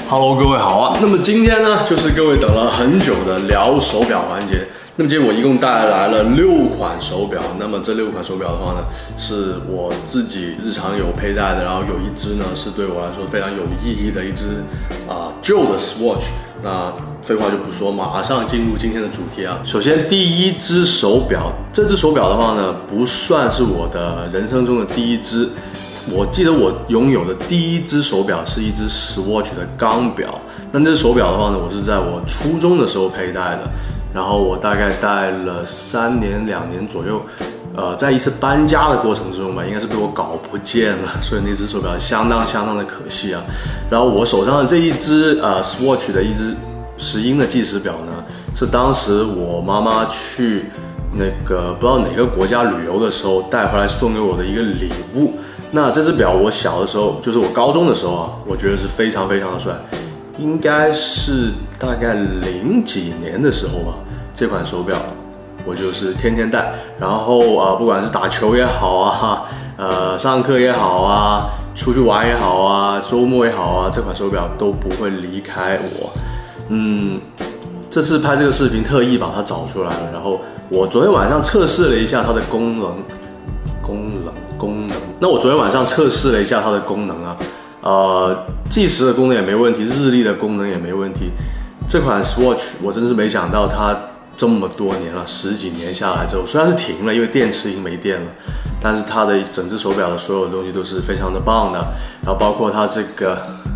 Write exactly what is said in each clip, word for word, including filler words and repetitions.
Hello， 各位好啊。那么今天呢，就是各位等了很久的聊手表环节。那么今天我一共带来了六款手表。那么这六款手表的话呢，是我自己日常有佩戴的，然后有一只呢是对我来说非常有意义的一只啊、呃、旧的 Swatch。那废话就不说，马上进入今天的主题啊。首先第一只手表，这只手表的话呢，不算是我的人生中的第一只。我记得我拥有的第一只手表是一只 Swatch 的钢表。那这只手表的话呢，我是在我初中的时候佩戴的，然后我大概戴了三年两年左右。呃，在一次搬家的过程之中吧，应该是被我搞不见了，所以那只手表相当相当的可惜啊。然后我手上的这一只呃 Swatch 的一只石英的计时表呢，是当时我妈妈去那个不知道哪个国家旅游的时候带回来送给我的一个礼物。那这只表我小的时候，就是我高中的时候啊，我觉得是非常非常的帅，应该是大概零几年的时候吧，这款手表我就是天天戴，然后啊、呃，不管是打球也好啊，呃，上课也好啊，出去玩也好啊，周末也好啊，这款手表都不会离开我。嗯，这次拍这个视频特意把它找出来了，然后我昨天晚上测试了一下它的功能，功能功能。那我昨天晚上测试了一下它的功能啊，呃，计时的功能也没问题，日历的功能也没问题。这款 Swatch 我真是没想到它这么多年了，十几年下来之后，虽然是停了，因为电池已经没电了，但是它的整只手表的所有东西都是非常的棒的。然后包括它这个，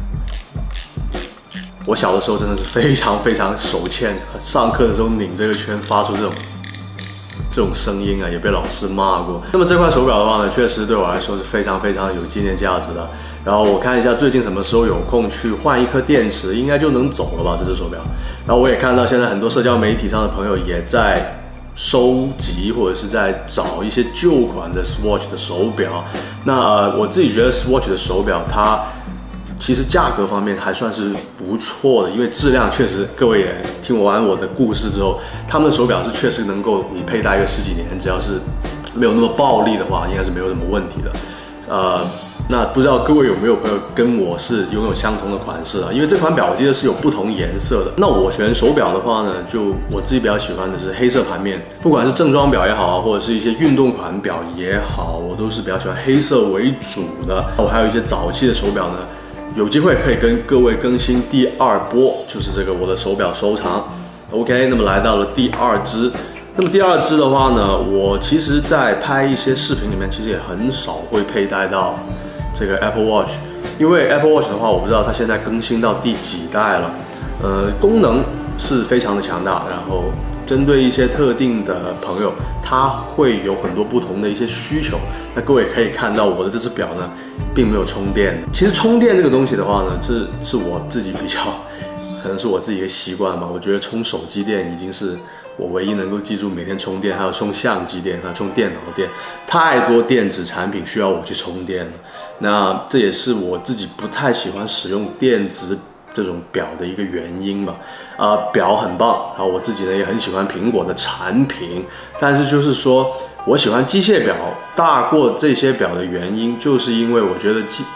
我小的时候真的是非常非常手欠，上课的时候拧这个圈发出这种这种声音啊，也被老师骂过。那么这块手表的话呢，确实对我来说是非常非常有纪念价值的。然后我看一下最近什么时候有空去换一颗电池，应该就能走了吧，这只手表。然后我也看到现在很多社交媒体上的朋友也在收集或者是在找一些旧款的 Swatch 的手表。那呃，我自己觉得 Swatch 的手表它其实价格方面还算是不错的，因为质量确实，各位也听完我的故事之后，他们的手表是确实能够你佩戴个十几年，只要是没有那么暴力的话，应该是没有什么问题的。呃。那不知道各位有没有朋友跟我是拥有相同的款式啊？因为这款表我记得是有不同颜色的。那我选手表的话呢，就我自己比较喜欢的是黑色盘面，不管是正装表也好，或者是一些运动款表也好，我都是比较喜欢黑色为主的。我还有一些早期的手表呢，有机会可以跟各位更新第二波，就是这个我的手表收藏。OK， 那么来到了第二支。那么第二支的话呢，我其实在拍一些视频里面，其实也很少会佩戴到这个 Apple Watch， 因为 Apple Watch 的话，我不知道它现在更新到第几代了。呃，功能是非常的强大，然后针对一些特定的朋友，它会有很多不同的一些需求。那各位可以看到，我的这只表呢，并没有充电。其实充电这个东西的话呢，是是我自己比较，可能是我自己的习惯嘛。我觉得充手机电已经是我唯一能够记住每天充电，还有充相机电，还有充电脑电，太多电子产品需要我去充电了。那这也是我自己不太喜欢使用电子这种表的一个原因吧。啊、呃，表很棒，然后我自己呢也很喜欢苹果的产品，但是就是说我喜欢机械表大过这些表的原因，就是因为我觉得机。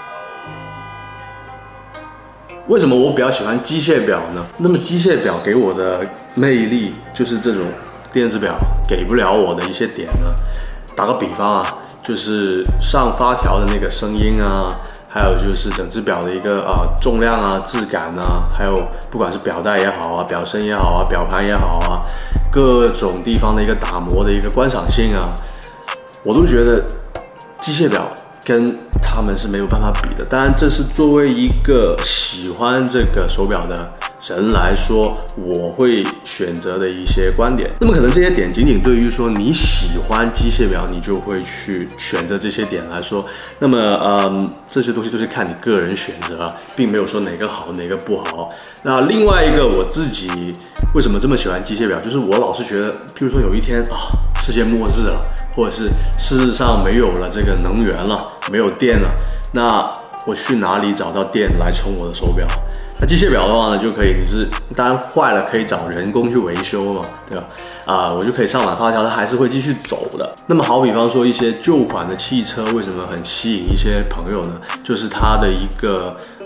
为什么我比较喜欢机械表呢？那么机械表给我的魅力就是这种电子表给不了我的一些点呢。打个比方啊，就是上发条的那个声音啊，还有就是整只表的一个啊、呃、重量啊、质感啊，还有不管是表带也好啊、表身也好啊、表盘也好啊，各种地方的一个打磨的一个观赏性啊，我都觉得机械表跟他们是没有办法比的。当然，这是作为一个喜欢这个手表的人来说，我会选择的一些观点。那么可能这些点仅仅对于说你喜欢机械表，你就会去选择这些点来说。那么，嗯，这些东西都是看你个人选择，并没有说哪个好哪个不好。那另外一个，我自己为什么这么喜欢机械表，就是我老是觉得，譬如说有一天啊，世界末日了，或者是世上没有了这个能源了，没有电了，那我去哪里找到电来充我的手表？那机械表的话呢，就可以，你是当然坏了可以找人工去维修嘛，对吧？啊、呃，我就可以上满发条，它还是会继续走的。那么好比方说一些旧款的汽车，为什么很吸引一些朋友呢？就是它的一个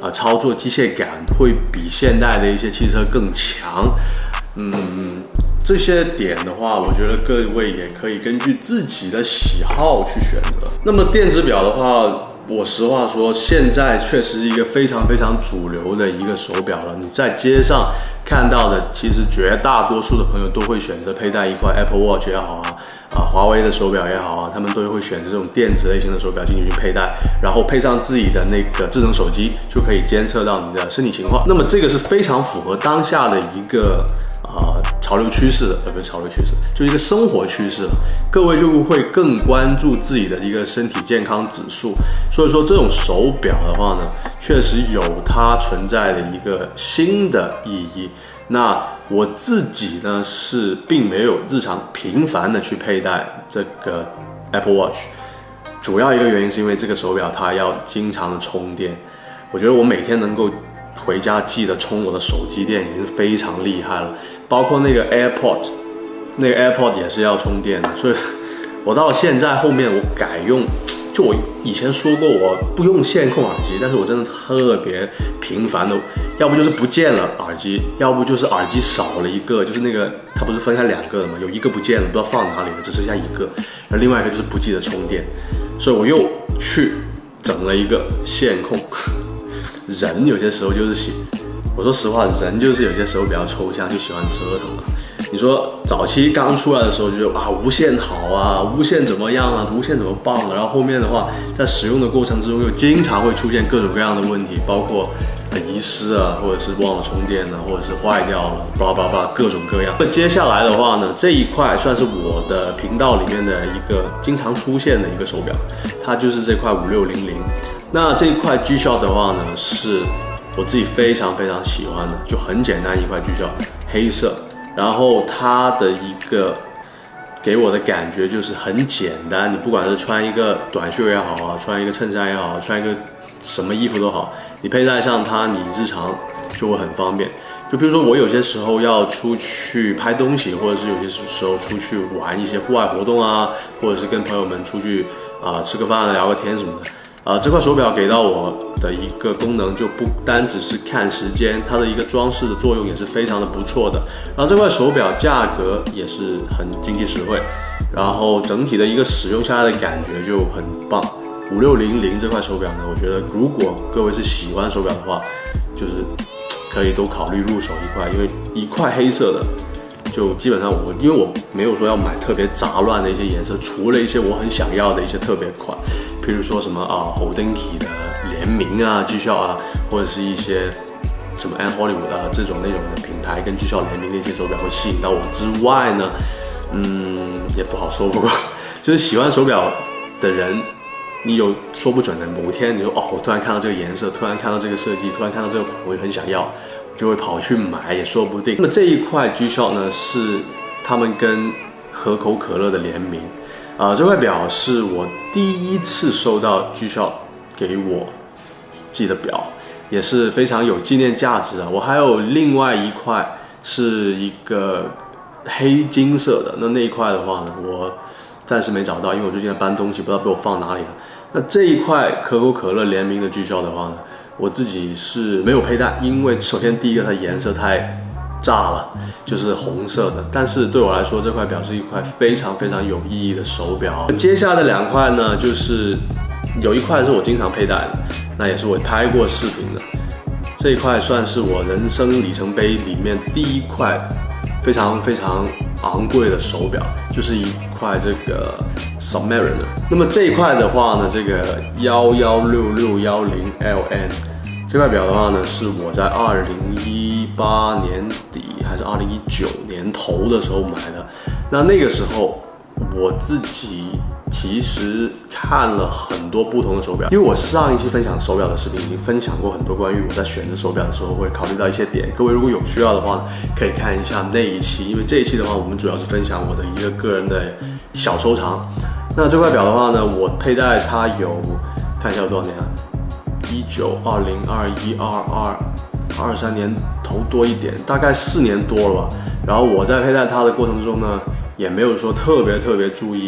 呃操作机械感会比现代的一些汽车更强。嗯，这些点的话，我觉得各位也可以根据自己的喜好去选择。那么电子表的话，我实话说，现在确实是一个非常非常主流的一个手表了。你在街上看到的，其实绝大多数的朋友都会选择佩戴一块 Apple Watch 也好啊，啊华为的手表也好啊，他们都会选择这种电子类型的手表进行去佩戴，然后配上自己的那个智能手机，就可以监测到你的身体情况。那么这个是非常符合当下的一个。啊、呃，潮流趋势的，呃，不是潮流趋势，就一个生活趋势了。各位就会更关注自己的一个身体健康指数，所以说这种手表的话呢，确实有它存在的一个新的意义。那我自己呢是并没有日常频繁的去佩戴这个 Apple Watch， 主要一个原因是因为这个手表它要经常的充电，我觉得我每天能够回家记得充我的手机电已经非常厉害了，包括那个 AirPod， 那个 AirPod 也是要充电的，所以我到现在后面我改用，就我以前说过我不用线控耳机，但是我真的特别频繁的，要不就是不见了耳机，要不就是耳机少了一个，就是那个它不是分开两个的吗？有一个不见了，不知道放哪里了，只剩下一个，然后另外一个就是不记得充电，所以我又去整了一个线控。人有些时候就是喜，我说实话，人就是有些时候比较抽象，就喜欢折腾。你说早期刚出来的时候就觉得啊无线好啊，无线怎么样啊，无线怎么棒了、啊，然后后面的话在使用的过程之中又经常会出现各种各样的问题，包括呃遗失啊，或者是忘了充电啊，或者是坏掉了，巴拉巴拉各种各样。那接下来的话呢，这一块算是我的频道里面的一个经常出现的一个手表，它就是这块五六零零。那这一块 G-Shock 的话呢，是我自己非常非常喜欢的，就很简单一块 G-Shock， 黑色，然后它的一个给我的感觉就是很简单，你不管是穿一个短袖也好啊，穿一个衬衫也好，穿一个什么衣服都好，你佩戴上它，你日常就会很方便。就比如说我有些时候要出去拍东西，或者是有些时候出去玩一些户外活动啊，或者是跟朋友们出去啊、呃、吃个饭聊个天什么的。啊、呃，这块手表给到我的一个功能就不单只是看时间，它的一个装饰的作用也是非常的不错的。然后这块手表价格也是很经济实惠，然后整体的一个使用下来的感觉就很棒。五六零零这块手表呢，我觉得如果各位是喜欢手表的话，就是可以都考虑入手一块，因为一块黑色的。就基本上我，因为我没有说要买特别杂乱的一些颜色，除了一些我很想要的一些特别款，譬如说什么啊 Hodinkee 的联名啊 G-Shock 啊，或者是一些什么 Anne Hollywood 啊这种那种的品牌跟 G-Shock 联名的一些手表会吸引到我之外呢，嗯，也不好说，不过就是喜欢手表的人，你有说不准的某天，你说哦，我突然看到这个颜色，突然看到这个设计，突然看到这个款，我也很想要。就会跑去买也说不定。那么这一块 G-Shock 呢，是他们跟可口可乐的联名，啊、呃，这块表是我第一次收到 G-Shock 给我寄的表，也是非常有纪念价值啊。我还有另外一块是一个黑金色的，那那一块的话呢，我暂时没找到，因为我最近在搬东西，不知道被我放哪里了。那这一块可口可乐联名的 G-Shock 的话呢，我自己是没有佩戴，因为首先第一个它颜色太炸了，就是红色的。但是对我来说，这块表是一块非常非常有意义的手表。接下来的两块呢，就是有一块是我经常佩戴的，那也是我拍过视频的。这一块算是我人生里程碑里面第一块非常非常昂贵的手表，就是一块这个 Submariner。那么这一块的话呢，这个一一六六一零 L N 这块表的话呢，是我在二零一八年底还是二零一九年头的时候买的。那那个时候我自己其实看了很多不同的手表，因为我上一期分享手表的视频已经分享过很多关于我在选择手表的时候会考虑到一些点，各位如果有需要的话，可以看一下那一期，因为这一期的话，我们主要是分享我的一个个人的小收藏。那这块表的话呢，我佩戴它有，看一下有多少年啊？一九、二零、二一、二二、二三年头多一点，大概四年多了吧。然后我在佩戴它的过程中呢，也没有说特别特别注意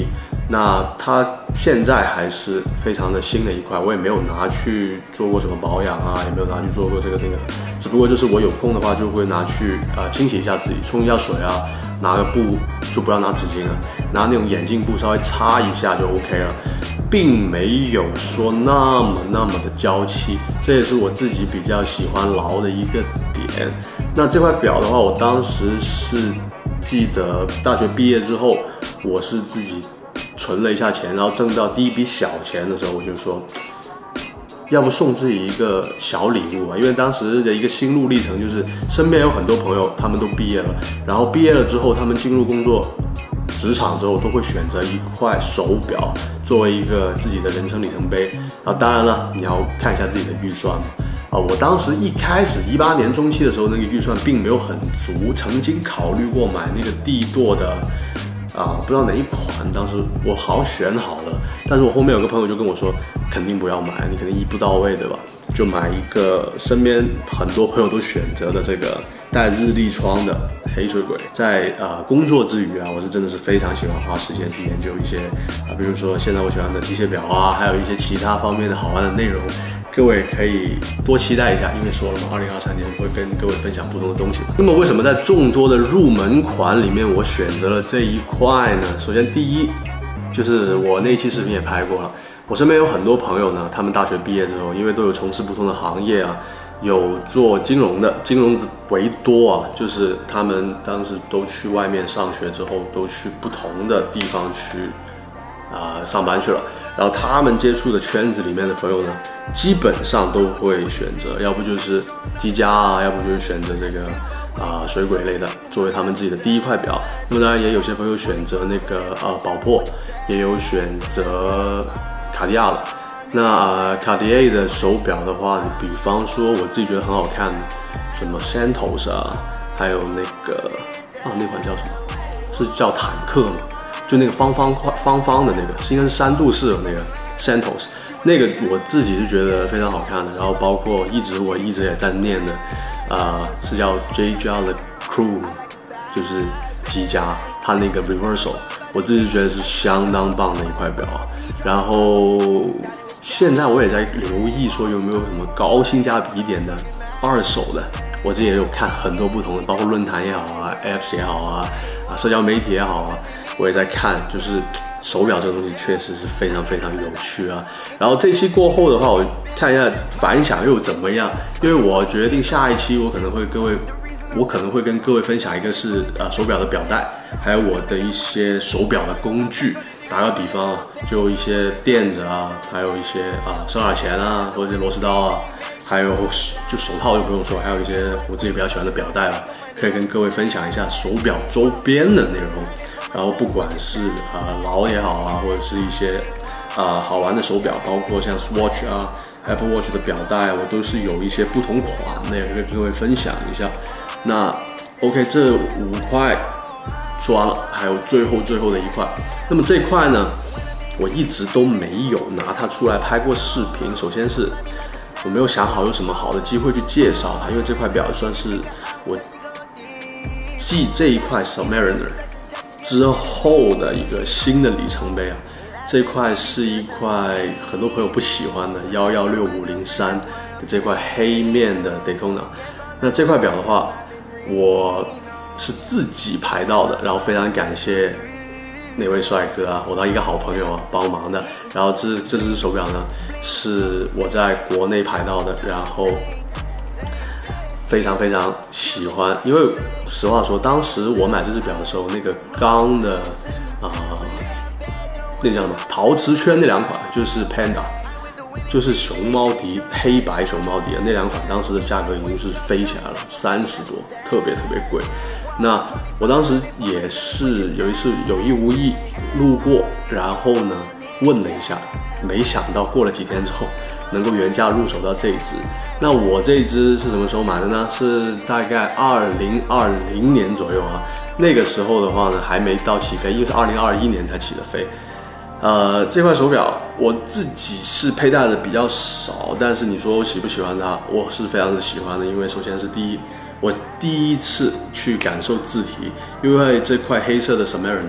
那它现在还是非常的新的一块，我也没有拿去做过什么保养啊，也没有拿去做过这个那个的，只不过就是我有空的话就会拿去呃清洗一下自己，冲一下水啊，拿个布，就不要拿纸巾了，拿那种眼镜布稍微擦一下就 OK 了，并没有说那么那么的娇气，这也是我自己比较喜欢劳的一个点。那这块表的话，我当时是记得大学毕业之后，我是自己存了一下钱，然后挣到第一笔小钱的时候，我就说，要不送自己一个小礼物啊？因为当时的一个心路历程就是，身边有很多朋友他们都毕业了，然后毕业了之后，他们进入工作职场之后，都会选择一块手表作为一个自己的人生里程碑。然后当然了，你要看一下自己的预算嘛。啊，我当时一开始一八年中期的时候，那个预算并没有很足，曾经考虑过买那个帝舵的。啊，不知道哪一款，当时我好像选好了，但是我后面有个朋友就跟我说，肯定不要买，你肯定一步到位，对吧？就买一个身边很多朋友都选择的这个带日历窗的黑水鬼。在呃工作之余啊，我是真的是非常喜欢花时间去研究一些啊，比如说现在我喜欢的机械表啊，还有一些其他方面的好玩的内容。各位可以多期待一下，因为说了嘛，二零二三年会跟各位分享不同的东西。那么为什么在众多的入门款里面，我选择了这一块呢？首先，第一就是我那期视频也拍过了，我身边有很多朋友呢，他们大学毕业之后，因为都有从事不同的行业啊，有做金融的，金融为多啊，就是他们当时都去外面上学之后，都去不同的地方去啊、呃、上班去了。然后他们接触的圈子里面的朋友呢，基本上都会选择，要不就是积家啊，要不就是选择这个啊、呃、水鬼类的作为他们自己的第一块表。那么当然也有些朋友选择那个呃宝珀，也有选择卡地亚的。那呃卡地亚的手表的话，比方说我自己觉得很好看的，什么 Santos 啊，还有那个啊那款叫什么？是叫坦克吗？就那个方方方方的那个，是应该是三度式的那个 Santos， 那个我自己是觉得非常好看的。然后包括一直我一直也在念的，啊、呃，是叫 Jaeger the Crew， 就是积家，它那个 Reversal， 我自己觉得是相当棒的一块表。然后现在我也在留意说有没有什么高性价比一点的二手的，我自己也有看很多不同的，包括论坛也好啊 ，Apps 也好啊，啊，社交媒体也好啊。我也在看，就是手表这个东西确实是非常非常有趣啊。然后这期过后的话，我看一下反响又怎么样，因为我决定下一期我可能会各位，我可能会跟各位分享一个是呃手表的表带，还有我的一些手表的工具。打个比方啊，就一些垫子啊，还有一些啊收纳钳啊，或者是螺丝刀啊，还有就手套就不用说，还有一些我自己比较喜欢的表带啊，可以跟各位分享一下手表周边的内容。然后不管是啊劳也好啊，或者是一些啊好玩的手表，包括像 Swatch 啊、Apple Watch 的表带，我都是有一些不同款的，也可以跟各位分享一下。那 OK， 这五块说完了，还有最后最后的一块。那么这块呢，我一直都没有拿它出来拍过视频。首先是我没有想好有什么好的机会去介绍它，因为这块表算是我继这一块 Submariner之后的一个新的里程碑啊。这块是一块很多朋友不喜欢的一一六五零三的这块黑面的 Daytona。那这块表的话，我是自己排到的，然后非常感谢那位帅哥啊，我的一个好朋友啊帮忙的。然后这这只手表呢，是我在国内排到的，然后非常非常喜欢。因为实话说，当时我买这只表的时候，那个钢的啊、呃，那叫什么陶瓷圈那两款，就是 Panda， 就是熊猫迪黑白熊猫迪的那两款，当时的价格已经是飞起来了，三十多，特别特别贵。那我当时也是有一次有意无意路过，然后呢问了一下，没想到过了几天之后能够原价入手到这一只。那我这一只是什么时候买的呢？是大概二零二零年左右啊。那个时候的话呢，还没到起飞，因为是二零二一年才起的飞。呃，这块手表我自己是佩戴的比较少，但是你说我喜不喜欢它，我是非常的喜欢的。因为首先是第一，我第一次去感受字体，因为这块黑色的 Submariner 呢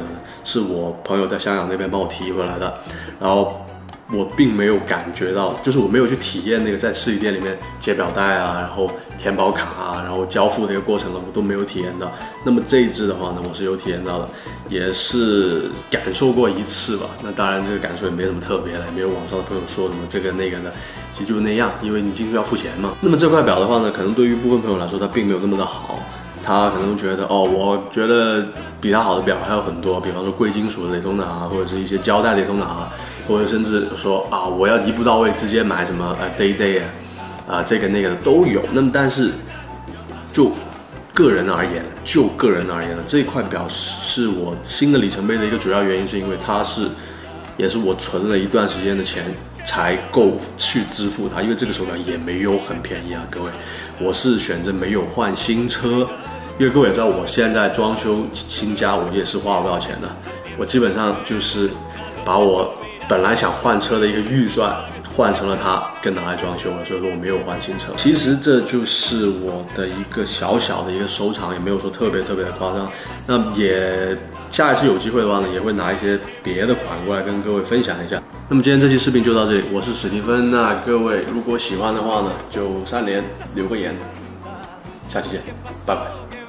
是我朋友在香港那边帮我提回来的，然后我并没有感觉到，就是我没有去体验那个在实体店里面解表带啊，然后填保卡啊，然后交付的一个过程呢，我都没有体验到。那么这一支的话呢，我是有体验到的，也是感受过一次吧。那当然这个感受也没什么特别的，也没有网上的朋友说什么这个那个的，其实就是那样，因为你进去要付钱嘛。那么这块表的话呢，可能对于部分朋友来说，它并没有那么的好。他可能觉得哦，我觉得比它好的表还有很多，比方说贵金属的雷通拿啊，或者是一些胶带雷通拿啊，或者甚至说啊，我要一步到位，直接买什么呃 Day Day 啊，啊、呃、这个那个的都有。那么但是就个人而言，就个人而言呢，这块表是我新的里程碑的一个主要原因，是因为它是也是我存了一段时间的钱才够去支付它，因为这个手表也没有很便宜啊，各位，我是选择没有换新车。因为各位也知道，我现在装修新家，我也是花了不少钱的。我基本上就是把我本来想换车的一个预算换成了它，跟拿来装修了，所以说我没有换新车。其实这就是我的一个小小的一个收藏，也没有说特别特别的夸张。那也下一次有机会的话呢，也会拿一些别的款过来跟各位分享一下。那么今天这期视频就到这里，我是史蒂芬。那各位如果喜欢的话呢，就三连留个言，下期见，拜拜。